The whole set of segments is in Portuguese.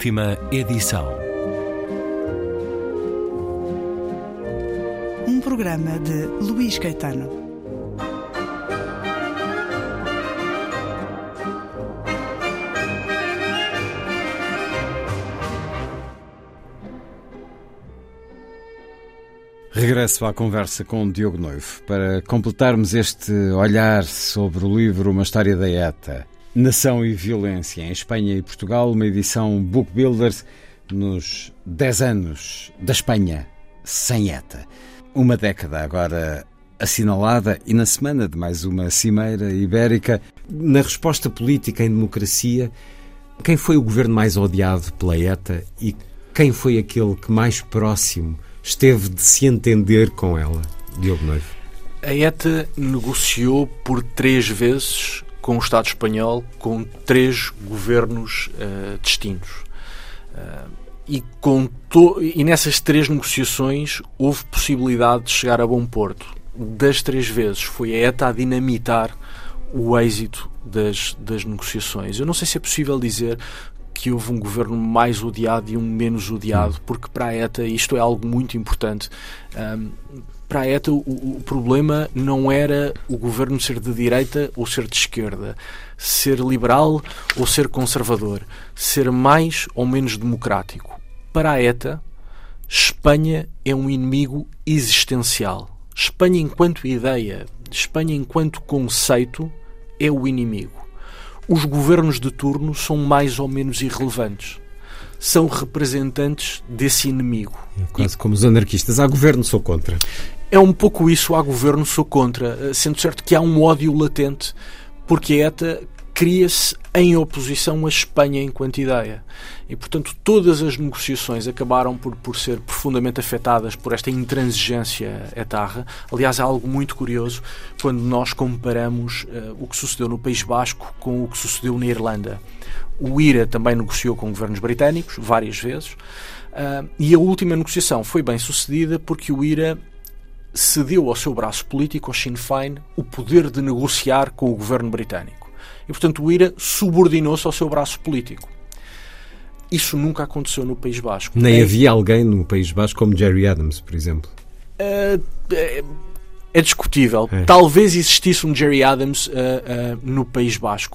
Última edição. Um programa de Luís Caetano. Regresso à conversa com Diogo Noivo para completarmos este olhar sobre o livro Uma História da ETA, Nação e Violência em Espanha e Portugal, uma edição Book Builders nos 10 anos da Espanha sem ETA. Uma década agora assinalada e na semana de mais uma cimeira ibérica. Na resposta política em democracia, quem foi o governo mais odiado pela ETA e quem foi aquele que mais próximo esteve de se entender com ela, Diogo Noivo? A ETA negociou por 3 vezes com o Estado espanhol, com 3 governos distintos. E nessas 3 negociações houve possibilidade de chegar a bom porto. Das 3 vezes foi a ETA a dinamitar o êxito das negociações. Eu não sei se é possível dizer que houve um governo mais odiado e um menos odiado, porque para a ETA isto é algo muito importante. Para a ETA o problema não era o governo ser de direita ou ser de esquerda, ser liberal ou ser conservador, ser mais ou menos democrático. Para a ETA, Espanha é um inimigo existencial. Espanha enquanto ideia, Espanha enquanto conceito é o inimigo. Os governos de turno são mais ou menos irrelevantes. São representantes desse inimigo. Quase como os anarquistas. Há governo, sou contra. É um pouco isso, há governo, sou contra. Sendo certo que há um ódio latente, porque a ETA cria-se em oposição à Espanha enquanto ideia. E, portanto, todas as negociações acabaram por ser profundamente afetadas por esta intransigência etarra. Aliás, há algo muito curioso quando nós comparamos o que sucedeu no País Basco com o que sucedeu na Irlanda. O IRA também negociou com governos britânicos, várias vezes, e a última negociação foi bem sucedida porque o IRA cedeu ao seu braço político, ao Sinn Féin, o poder de negociar com o governo britânico. E, portanto, o IRA subordinou-se ao seu braço político. Isso nunca aconteceu no País Basco. Nem havia alguém no País Basco como Gerry Adams, por exemplo. É discutível. Talvez existisse um Gerry Adams no País Basco.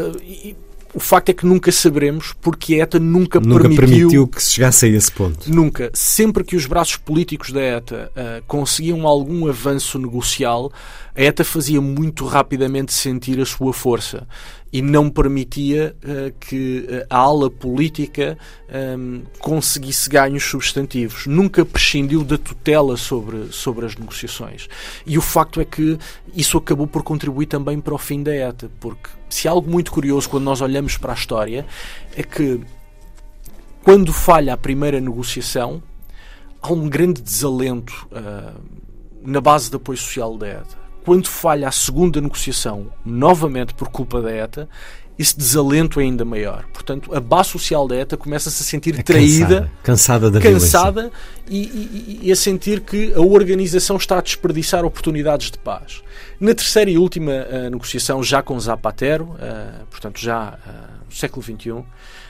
O facto é que nunca saberemos, porque a ETA nunca permitiu que se chegasse a esse ponto. Nunca. Sempre que os braços políticos da ETA conseguiam algum avanço negocial, a ETA fazia muito rapidamente sentir a sua força e não permitia que a ala política conseguisse ganhos substantivos. Nunca prescindiu da tutela sobre as negociações. E o facto é que isso acabou por contribuir também para o fim da ETA, porque se há algo muito curioso quando nós olhamos para a história é que quando falha a primeira negociação há um grande desalento na base de apoio social da ETA. Quando falha a segunda negociação, novamente por culpa da ETA, esse desalento é ainda maior. Portanto, a base social da ETA começa-se a sentir traída, cansada da violência. E a sentir que a organização está a desperdiçar oportunidades de paz. Na terceira e última negociação, já com Zapatero, portanto já no século XXI,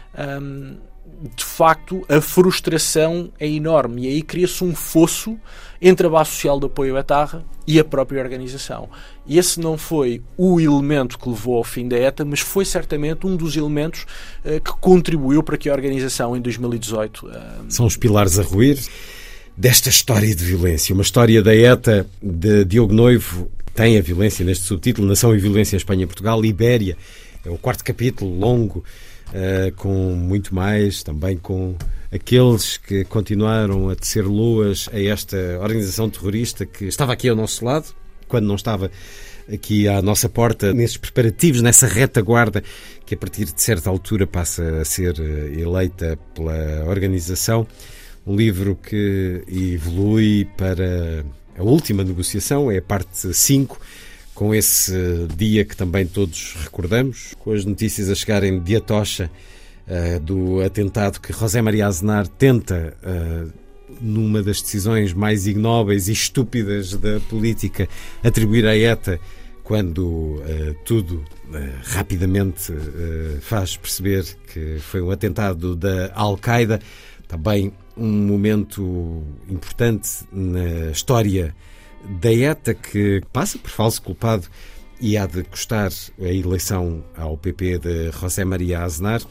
de facto a frustração é enorme e aí cria-se um fosso entre a base social de apoio à ETA e a própria organização. E esse não foi o elemento que levou ao fim da ETA, mas foi certamente um dos elementos que contribuiu para que a organização em 2018... São os pilares a ruir desta história de violência. Uma história da ETA de Diogo Noivo. Tem a violência neste subtítulo, Nação e Violência em Espanha e Portugal, Ibéria. É o 4º capítulo, longo, com muito mais, também com aqueles que continuaram a tecer loas a esta organização terrorista que estava aqui ao nosso lado, quando não estava aqui à nossa porta, nesses preparativos, nessa retaguarda, que a partir de certa altura passa a ser eleita pela organização. Um livro que evolui para a última negociação, é a parte 5, com esse dia que também todos recordamos, com as notícias a chegarem de Atocha, do atentado que José María Aznar tenta, numa das decisões mais ignóbeis e estúpidas da política, atribuir à ETA quando tudo rapidamente faz perceber que foi um atentado da Al-Qaeda, também um momento importante na história da ETA, que passa por falso culpado e há de custar a eleição ao PP de José María Aznar.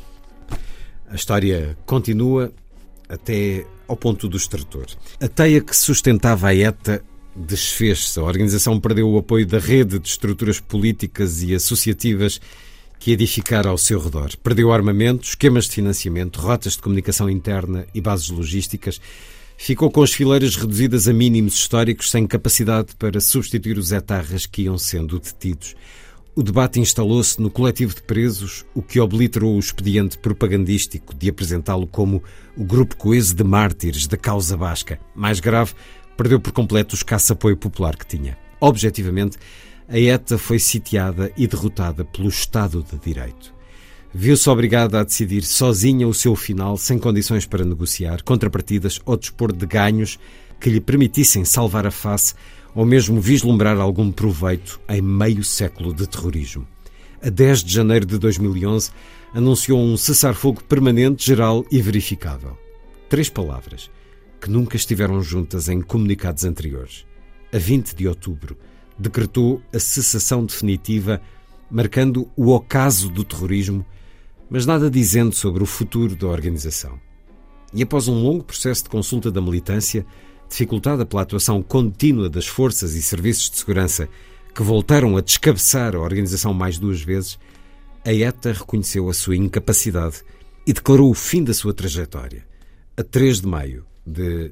A história continua até ao ponto do extrator. A teia que sustentava a ETA desfez-se. A organização perdeu o apoio da rede de estruturas políticas e associativas que edificara ao seu redor. Perdeu armamento, esquemas de financiamento, rotas de comunicação interna e bases logísticas. Ficou com as fileiras reduzidas a mínimos históricos, sem capacidade para substituir os etarras que iam sendo detidos. O debate instalou-se no coletivo de presos, o que obliterou o expediente propagandístico de apresentá-lo como o grupo coeso de mártires da causa basca. Mais grave, perdeu por completo o escasso apoio popular que tinha. Objetivamente, a ETA foi sitiada e derrotada pelo Estado de Direito. Viu-se obrigada a decidir sozinha o seu final, sem condições para negociar, contrapartidas ou dispor de ganhos que lhe permitissem salvar a face ou mesmo vislumbrar algum proveito em meio século de terrorismo. A 10 de janeiro de 2011, anunciou um cessar-fogo permanente, geral e verificável. 3 palavras que nunca estiveram juntas em comunicados anteriores. A 20 de outubro, decretou a cessação definitiva, marcando o ocaso do terrorismo, mas nada dizendo sobre o futuro da organização. E após um longo processo de consulta da militância, dificultada pela atuação contínua das forças e serviços de segurança que voltaram a descabeçar a organização mais 2 vezes, a ETA reconheceu a sua incapacidade e declarou o fim da sua trajetória, a 3 de maio de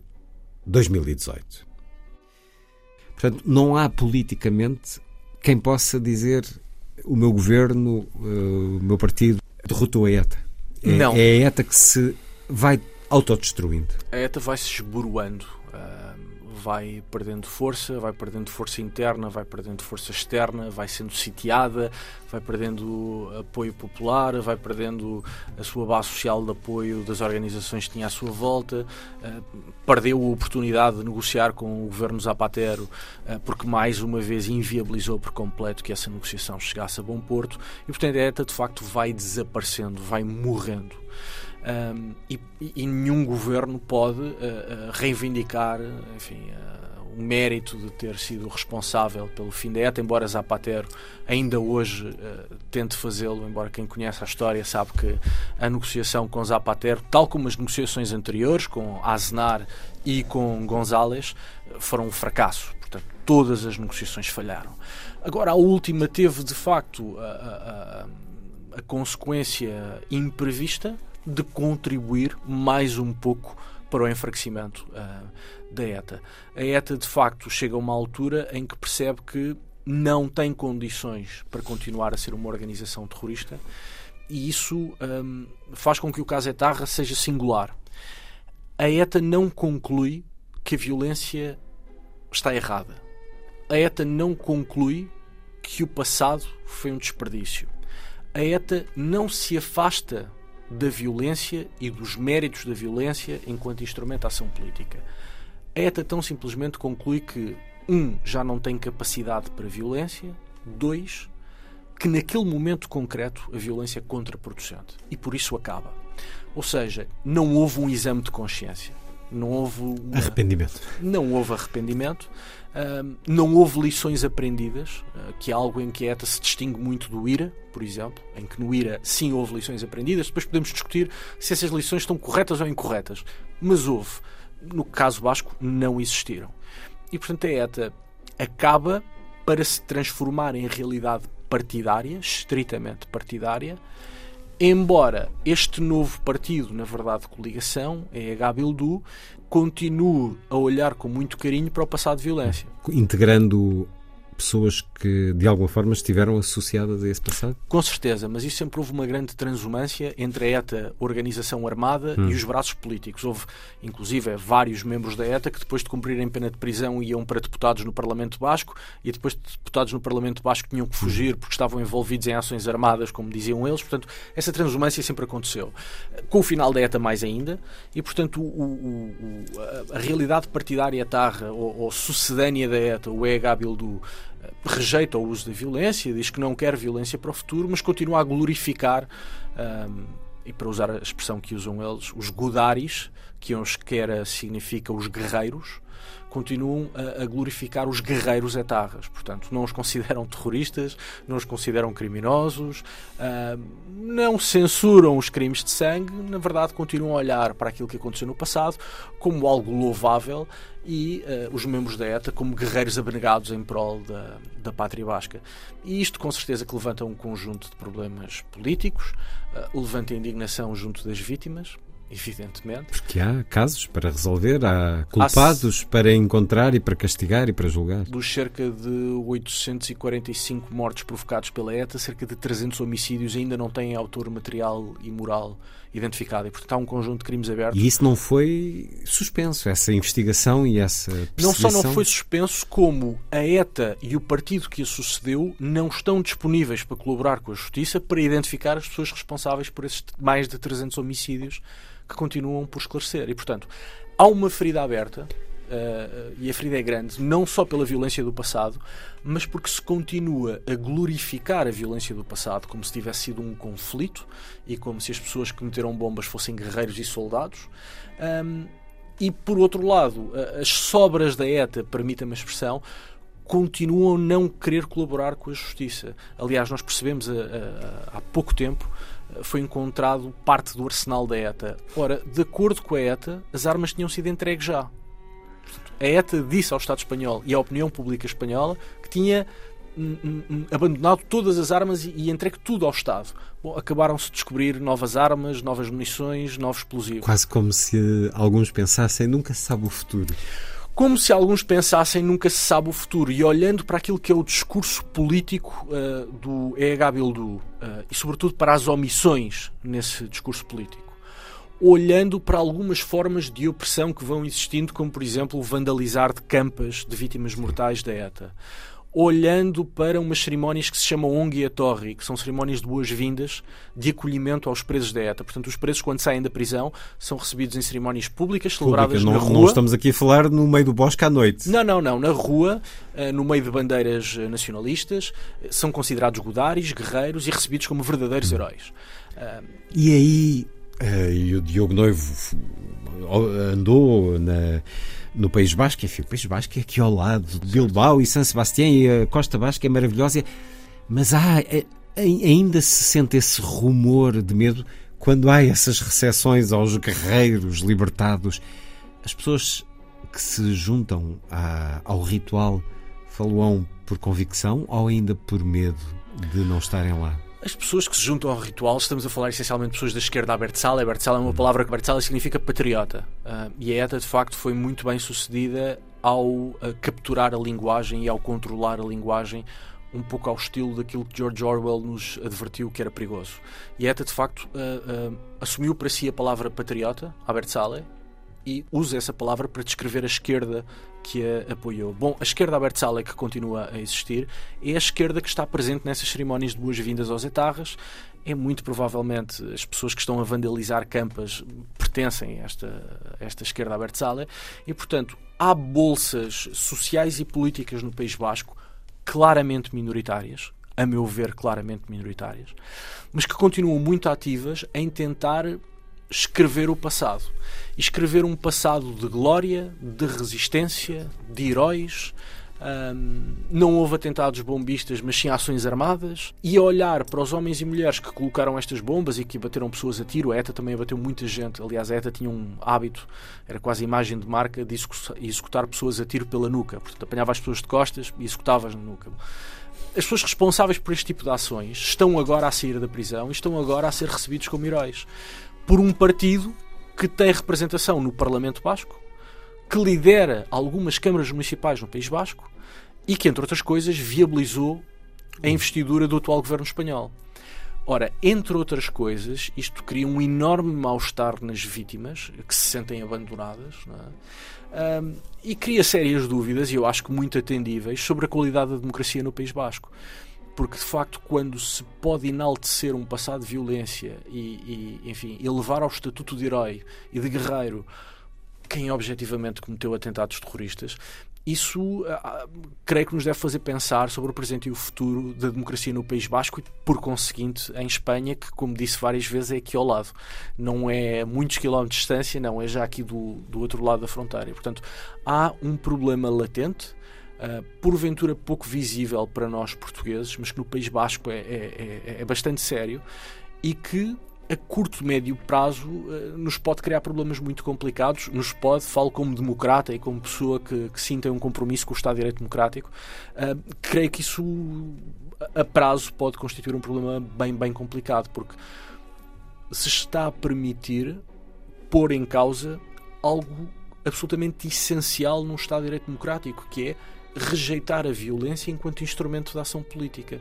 2018. Portanto, não há politicamente quem possa dizer o meu governo, o meu partido derrotou a ETA. Não. É a ETA que se vai autodestruindo. A ETA vai-se esboroando, vai perdendo força interna, vai perdendo força externa, vai sendo sitiada, vai perdendo apoio popular, vai perdendo a sua base social de apoio das organizações que tinha à sua volta, perdeu a oportunidade de negociar com o governo Zapatero, porque mais uma vez inviabilizou por completo que essa negociação chegasse a bom porto, e portanto a ETA de facto vai desaparecendo, vai morrendo. E nenhum governo pode reivindicar, enfim, o mérito de ter sido responsável pelo fim da ETA, embora Zapatero ainda hoje tente fazê-lo, embora quem conhece a história sabe que a negociação com Zapatero, tal como as negociações anteriores com Aznar e com González, foram um fracasso. Portanto, todas as negociações falharam. Agora, a última teve, de facto, a consequência imprevista de contribuir mais um pouco para o enfraquecimento da ETA. A ETA, de facto, chega a uma altura em que percebe que não tem condições para continuar a ser uma organização terrorista, e isso faz com que o caso Etarra seja singular. A ETA não conclui que a violência está errada. A ETA não conclui que o passado foi um desperdício. A ETA não se afasta da violência e dos méritos da violência enquanto instrumento de ação política. A ETA tão simplesmente conclui que, 1, já não tem capacidade para violência, 2, que naquele momento concreto a violência é contraproducente e por isso acaba. Ou seja, não houve um exame de consciência. Não houve arrependimento. Não houve arrependimento. Não houve lições aprendidas, que é algo em que a ETA se distingue muito do IRA, por exemplo, em que no IRA sim houve lições aprendidas. Depois podemos discutir se essas lições estão corretas ou incorretas, mas houve. No caso basco não existiram. E portanto a ETA acaba para se transformar em realidade partidária, estritamente partidária, embora este novo partido, na verdade coligação, EH Bildu, continue a olhar com muito carinho para o passado de violência. Integrando pessoas que de alguma forma estiveram associadas a esse passado? Com certeza, mas isso sempre houve uma grande transumância entre a ETA, organização armada, e os braços políticos. Houve, inclusive, vários membros da ETA que depois de cumprirem pena de prisão iam para deputados no Parlamento Basco, e depois de deputados no Parlamento Basco tinham que fugir porque estavam envolvidos em ações armadas, como diziam eles. Portanto, essa transumância sempre aconteceu. Com o final da ETA mais ainda, e portanto a realidade partidária etarra, ou sucedânea da ETA, o EH Bildu, rejeita o uso da violência, diz que não quer violência para o futuro, mas continua a glorificar, e para usar a expressão que usam eles, os Godaris, que em euskera significa os guerreiros, continuam a glorificar os guerreiros etarras. Portanto, não os consideram terroristas, não os consideram criminosos, não censuram os crimes de sangue, na verdade continuam a olhar para aquilo que aconteceu no passado como algo louvável e os membros da ETA como guerreiros abnegados em prol da pátria basca. E isto com certeza que levanta um conjunto de problemas políticos, levanta indignação junto das vítimas, evidentemente. Porque há casos para resolver, há culpados para encontrar e para castigar e para julgar. Dos cerca de 845 mortes provocados pela ETA, cerca de 300 homicídios ainda não têm autor material e moral identificado. E, portanto, há um conjunto de crimes abertos. E isso não foi suspenso, essa investigação e essa perseguição? Não só não foi suspenso, como a ETA e o partido que a sucedeu não estão disponíveis para colaborar com a justiça para identificar as pessoas responsáveis por esses mais de 300 homicídios que continuam por esclarecer. E, portanto, há uma ferida aberta, e a ferida é grande, não só pela violência do passado, mas porque se continua a glorificar a violência do passado como se tivesse sido um conflito e como se as pessoas que meteram bombas fossem guerreiros e soldados. E, por outro lado, as sobras da ETA, permita-me a expressão, continuam a não querer colaborar com a justiça. Aliás, nós percebemos há pouco tempo foi encontrado parte do arsenal da ETA. Ora, de acordo com a ETA, as armas tinham sido entregues já. A ETA disse ao Estado espanhol e à opinião pública espanhola que tinha abandonado todas as armas e entregue tudo ao Estado. Bom, acabaram-se de descobrir novas armas, novas munições, novos explosivos. Quase como se alguns pensassem, nunca se sabe o futuro. Como se alguns pensassem, nunca se sabe o futuro. E olhando para aquilo que é o discurso político do EH Bildu, e sobretudo para as omissões nesse discurso político, olhando para algumas formas de opressão que vão existindo, como por exemplo o vandalizar de campas de vítimas mortais da ETA, olhando para umas cerimónias que se chamam Ongi a Torri, que são cerimónias de boas-vindas, de acolhimento aos presos da ETA. Portanto, os presos, quando saem da prisão, são recebidos em cerimónias públicas, celebradas na rua. Não estamos aqui a falar no meio do bosque à noite. Não. Na rua, no meio de bandeiras nacionalistas, são considerados godaris, guerreiros e recebidos como verdadeiros heróis. E aí, e o Diogo Noivo andou no País Basco, enfim, o País Basco é aqui ao lado de Bilbao e San Sebastián, e a Costa Basca é maravilhosa, mas ainda se sente esse rumor de medo quando há essas recepções aos guerreiros libertados. As pessoas que se juntam ao ritual falam por convicção ou ainda por medo de não estarem lá? As pessoas que se juntam ao ritual, estamos a falar essencialmente de pessoas da esquerda abertzale. Abertzale é uma palavra que abertzale significa patriota. E a ETA, de facto, foi muito bem sucedida ao capturar a linguagem e ao controlar a linguagem, um pouco ao estilo daquilo que George Orwell nos advertiu que era perigoso. E a ETA, de facto, assumiu para si a palavra patriota, abertzale, e usa essa palavra para descrever a esquerda que a apoiou. Bom, a esquerda abertzale que continua a existir é a esquerda que está presente nessas cerimónias de boas-vindas aos etarras. É muito provavelmente as pessoas que estão a vandalizar campas pertencem a esta esquerda abertzale e, portanto, há bolsas sociais e políticas no País Basco claramente minoritárias, a meu ver claramente minoritárias, mas que continuam muito ativas em tentar escrever o passado. E escrever um passado de glória, de resistência, de heróis. Não houve atentados bombistas, mas sim ações armadas. E olhar para os homens e mulheres que colocaram estas bombas e que bateram pessoas a tiro. A ETA também abateu muita gente. Aliás, a ETA tinha um hábito, era quase a imagem de marca, de executar pessoas a tiro pela nuca. Portanto, apanhava as pessoas de costas e executava-as na nuca. As pessoas responsáveis por este tipo de ações estão agora a sair da prisão e estão agora a ser recebidos como heróis por um partido que tem representação no Parlamento Basco, que lidera algumas câmaras municipais no País Basco e que, entre outras coisas, viabilizou a investidura do atual governo espanhol. Ora, entre outras coisas, isto cria um enorme mal-estar nas vítimas, que se sentem abandonadas, não é? E cria sérias dúvidas, e eu acho que muito atendíveis, sobre a qualidade da democracia no País Basco. Porque, de facto, quando se pode enaltecer um passado de violência e enfim, elevar ao estatuto de herói e de guerreiro quem objetivamente cometeu atentados terroristas, isso creio que nos deve fazer pensar sobre o presente e o futuro da democracia no País Basco e, por conseguinte, em Espanha, que, como disse várias vezes, é aqui ao lado. Não é muitos quilómetros de distância, não, é já aqui do outro lado da fronteira. Portanto, há um problema latente, porventura pouco visível para nós portugueses, mas que no País Basco é bastante sério e que a curto, médio prazo nos pode criar problemas muito complicados, falo como democrata e como pessoa que sim tem um compromisso com o Estado de Direito Democrático, creio que isso a prazo pode constituir um problema bem complicado, porque se está a permitir pôr em causa algo absolutamente essencial num Estado de Direito Democrático, que é rejeitar a violência enquanto instrumento de ação política.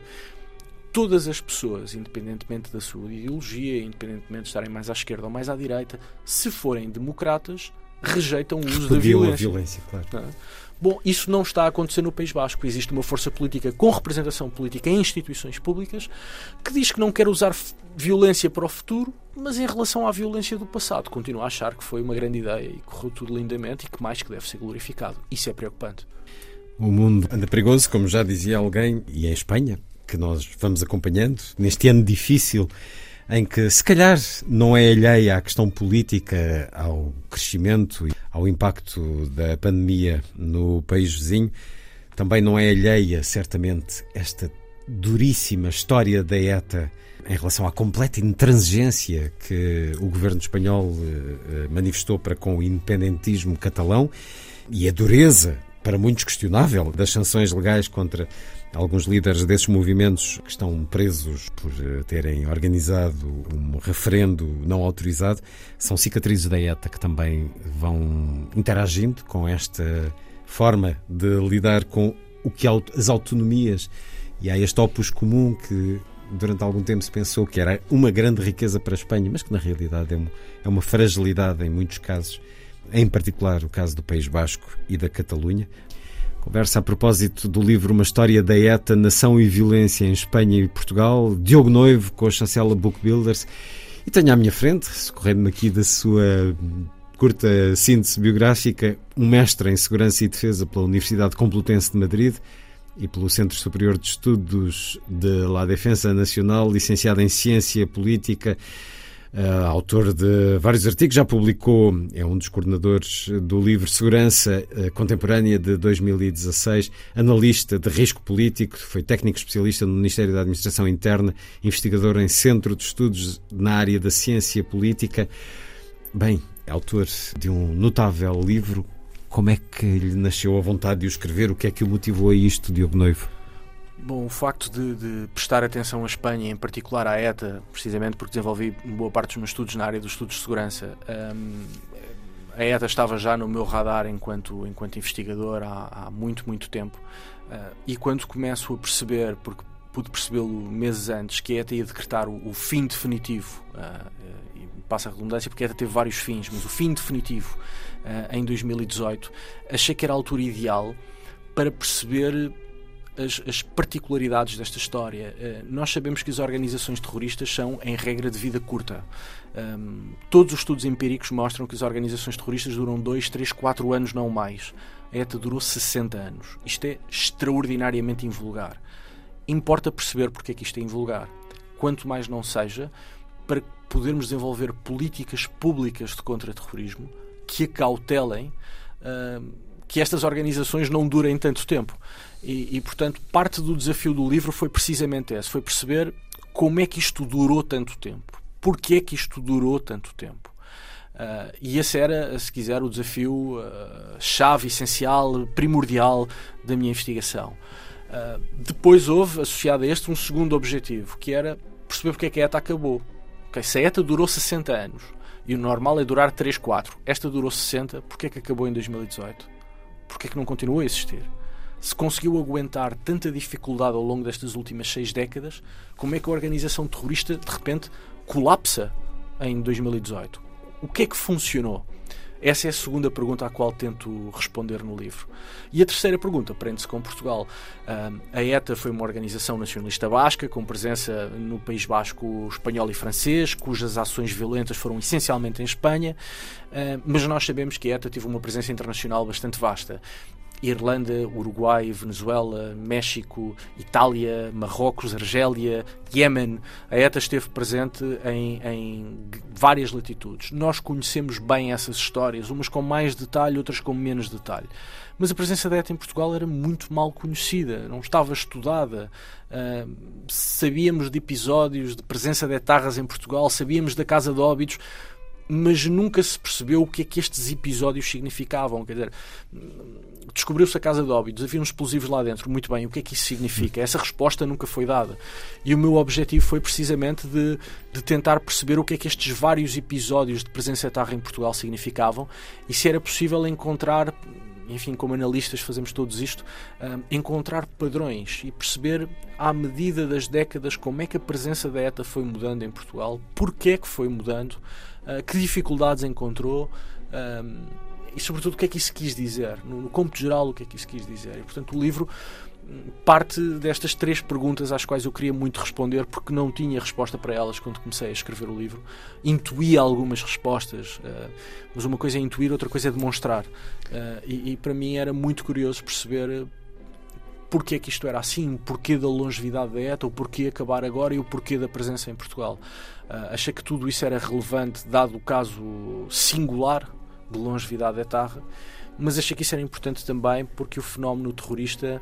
Todas as pessoas, independentemente da sua ideologia, independentemente de estarem mais à esquerda ou mais à direita, se forem democratas, rejeitam o uso da violência. A violência, claro. Bom, isso não está a acontecer no País Basco. Existe uma força política com representação política em instituições públicas que diz que não quer usar violência para o futuro, mas em relação à violência do passado continua a achar que foi uma grande ideia e correu tudo lindamente e que mais que deve ser glorificado. Isso é preocupante. O mundo anda perigoso, como já dizia alguém, e em Espanha, que nós vamos acompanhando, neste ano difícil, em que se calhar não é alheia à questão política, ao crescimento e ao impacto da pandemia no país vizinho, também não é alheia, certamente, esta duríssima história da ETA em relação à completa intransigência que o governo espanhol manifestou para com o independentismo catalão e a dureza, para muitos questionável, das sanções legais contra alguns líderes desses movimentos que estão presos por terem organizado um referendo não autorizado. São cicatrizes da ETA que também vão interagindo com esta forma de lidar com o que as autonomias, e há este opus comum que durante algum tempo se pensou que era uma grande riqueza para a Espanha, mas que na realidade é uma fragilidade em muitos casos, em particular o caso do País Basco e da Catalunha. Conversa a propósito do livro Uma História da ETA, Nação e Violência em Espanha e Portugal, Diogo Noivo, com a chancela Book Builders. E tenho à minha frente, socorrendo-me aqui da sua curta síntese biográfica, um mestre em Segurança e Defesa pela Universidade Complutense de Madrid e pelo Centro Superior de Estudos de la Defensa Nacional, licenciado em Ciência Política, autor de vários artigos, já publicou, é um dos coordenadores do livro Segurança Contemporânea de 2016, analista de risco político, foi técnico especialista no Ministério da Administração Interna, investigador em Centro de Estudos na área da Ciência Política. Bem, é autor de um notável livro. Como é que lhe nasceu a vontade de o escrever? O que é que o motivou a isto, Diogo Noivo? Bom, o facto de prestar atenção à Espanha, em particular à ETA, precisamente porque desenvolvi boa parte dos meus estudos na área dos estudos de segurança, a ETA estava já no meu radar enquanto investigador há muito tempo, e quando começo a perceber, porque pude percebê-lo meses antes, que a ETA ia decretar o fim definitivo, e passa a redundância porque a ETA teve vários fins, mas o fim definitivo em 2018, achei que era a altura ideal para perceber as particularidades desta história. Nós sabemos que as organizações terroristas são, em regra, de vida curta. Todos os estudos empíricos mostram que as organizações terroristas duram 2, 3, 4 anos, não mais. A ETA durou 60 anos. Isto é extraordinariamente invulgar. Importa perceber porque é que isto é invulgar. Quanto mais não seja, para podermos desenvolver políticas públicas de contra-terrorismo que acautelem que estas organizações não durem tanto tempo. E, portanto, parte do desafio do livro foi precisamente esse, foi perceber como é que isto durou tanto tempo. Porquê é que isto durou tanto tempo? E esse era, se quiser, o desafio chave, essencial, primordial da minha investigação. Depois houve, associado a este, um segundo objetivo, que era perceber porque é que a ETA acabou. Se a ETA durou 60 anos e o normal é durar 3, 4, esta durou 60, porque é que acabou em 2018? Porque é que não continuou a existir? Se conseguiu aguentar tanta dificuldade ao longo destas últimas 6 décadas, como é que a organização terrorista de repente colapsa em 2018? O que é que funcionou? Essa é a segunda pergunta à qual tento responder no livro. E a terceira pergunta prende-se com Portugal. A ETA foi uma organização nacionalista basca, com presença no País Basco espanhol e francês, cujas ações violentas foram essencialmente em Espanha, mas nós sabemos que a ETA teve uma presença internacional bastante vasta. Irlanda, Uruguai, Venezuela, México, Itália, Marrocos, Argélia, Iémen. A ETA esteve presente em várias latitudes. Nós conhecemos bem essas histórias, umas com mais detalhe, outras com menos detalhe. Mas a presença da ETA em Portugal era muito mal conhecida, não estava estudada. Sabíamos de episódios de presença de etarras em Portugal, sabíamos da Casa de Óbidos, mas nunca se percebeu o que é que estes episódios significavam. Quer dizer, descobriu-se a Casa de Óbidos, havia uns explosivos lá dentro, muito bem, o que é que isso significa? Essa resposta nunca foi dada. E o meu objetivo foi precisamente de tentar perceber o que é que estes vários episódios de presença etarra em Portugal significavam e se era possível encontrar, enfim, como analistas fazemos todos isto, encontrar padrões e perceber, à medida das décadas, como é que a presença da ETA foi mudando em Portugal, porque é que foi mudando, que dificuldades encontrou e, sobretudo, o que é que isso quis dizer. No cômputo geral, o que é que isso quis dizer. E, portanto, o livro parte destas 3 perguntas às quais eu queria muito responder, porque não tinha resposta para elas quando comecei a escrever o livro. Intuía algumas respostas, mas uma coisa é intuir, outra coisa é demonstrar. E para mim era muito curioso perceber porque é que isto era assim, o porquê da longevidade da ETA, o porquê acabar agora e o porquê da presença em Portugal. Achei que tudo isso era relevante, dado o caso singular de longevidade da etarra, mas achei que isso era importante também porque o fenómeno terrorista,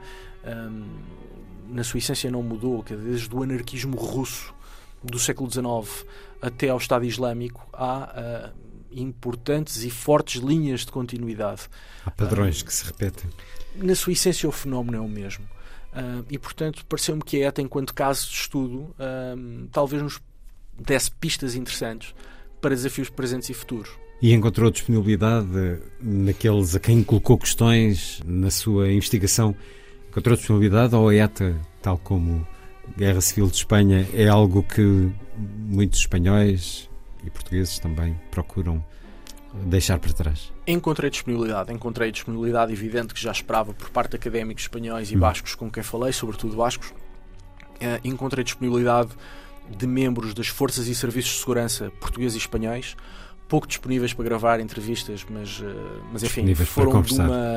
na sua essência, não mudou. Desde o anarquismo russo do século XIX até ao Estado Islâmico há importantes e fortes linhas de continuidade. Há padrões que se repetem. Na sua essência, o fenómeno é o mesmo. E, portanto, pareceu-me que a ETA, enquanto caso de estudo, talvez nos desse pistas interessantes para desafios presentes e futuros. E encontrou disponibilidade naqueles a quem colocou questões na sua investigação? Encontrou disponibilidade, ou a ETA, tal como a Guerra Civil de Espanha, é algo que muitos espanhóis e portugueses também procuram deixar para trás? Encontrei disponibilidade evidente que já esperava por parte de académicos espanhóis e bascos com quem falei, sobretudo bascos. Encontrei disponibilidade de membros das forças e serviços de segurança portugueses e espanhóis, pouco disponíveis para gravar entrevistas, mas enfim, foram de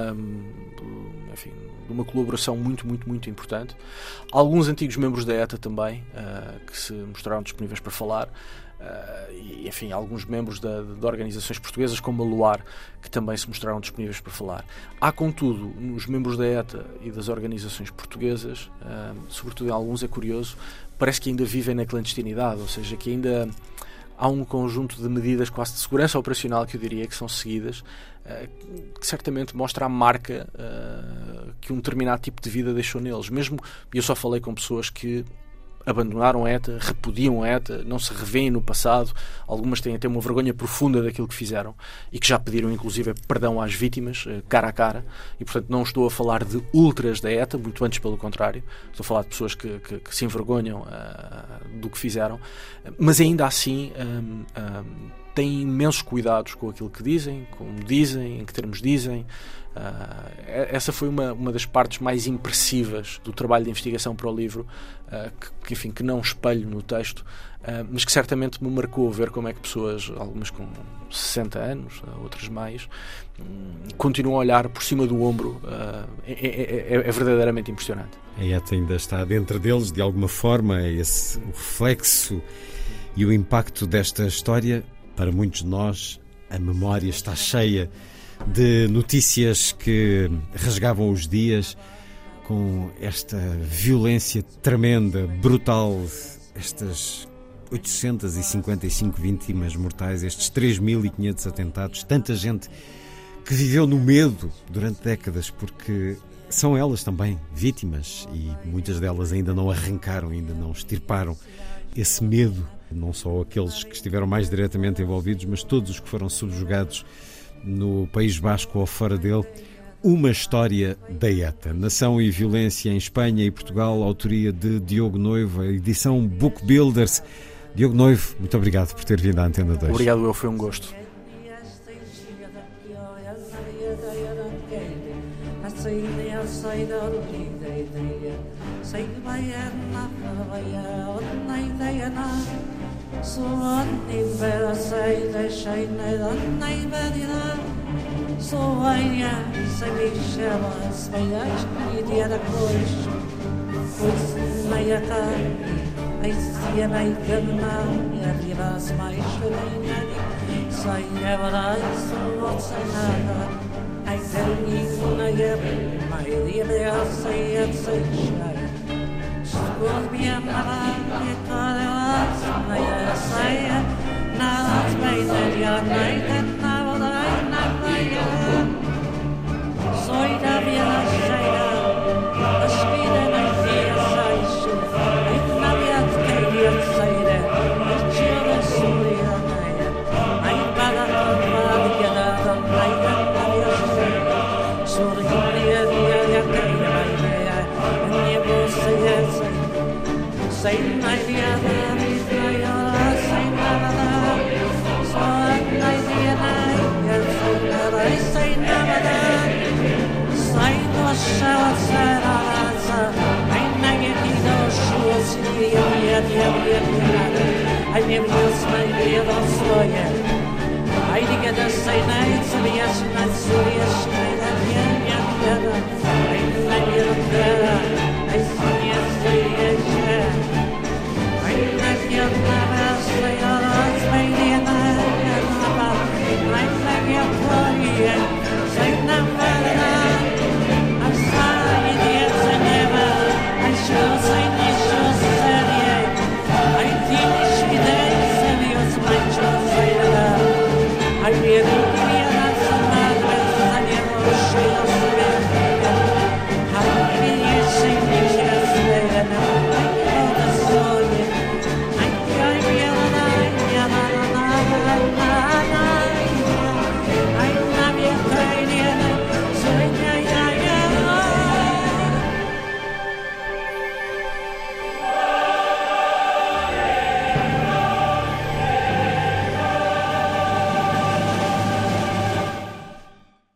uma colaboração muito, muito, muito importante. Alguns antigos membros da ETA também, que se mostraram disponíveis para falar, e enfim, alguns membros de organizações portuguesas como a Luar, que também se mostraram disponíveis para falar. Há, contudo, nos membros da ETA e das organizações portuguesas, sobretudo em alguns, é curioso, parece que ainda vivem na clandestinidade, ou seja, que ainda há um conjunto de medidas quase de segurança operacional que eu diria que são seguidas, que certamente mostra a marca que um determinado tipo de vida deixou neles. Mesmo, eu só falei com pessoas que abandonaram a ETA, repudiam a ETA, não se revêem no passado, algumas têm até uma vergonha profunda daquilo que fizeram e que já pediram inclusive perdão às vítimas, cara a cara, e portanto não estou a falar de ultras da ETA, muito antes pelo contrário, estou a falar de pessoas que se envergonham do que fizeram, mas ainda assim têm imensos cuidados com aquilo que dizem, como dizem, em que termos dizem. Essa foi uma das partes mais impressivas do trabalho de investigação para o livro, que não espelho no texto, mas que certamente me marcou ver como é que pessoas, algumas com 60 anos, outras mais, continuam a olhar por cima do ombro. É verdadeiramente impressionante. A ETA ainda está dentro deles, de alguma forma, o reflexo e o impacto desta história. Para muitos de nós, a memória está cheia de notícias que rasgavam os dias com esta violência tremenda, brutal, estas 855 vítimas mortais, estes 3.500 atentados, tanta gente que viveu no medo durante décadas, porque são elas também vítimas e muitas delas ainda não arrancaram, ainda não extirparam esse medo, não só aqueles que estiveram mais diretamente envolvidos, mas todos os que foram subjugados no País Basco ou fora dele. Uma história da ETA, Nação e Violência em Espanha e Portugal, autoria de Diogo Noivo, a edição Book Builders. Diogo Noivo, muito obrigado por ter vindo à Antena 2. Obrigado, foi um gosto. I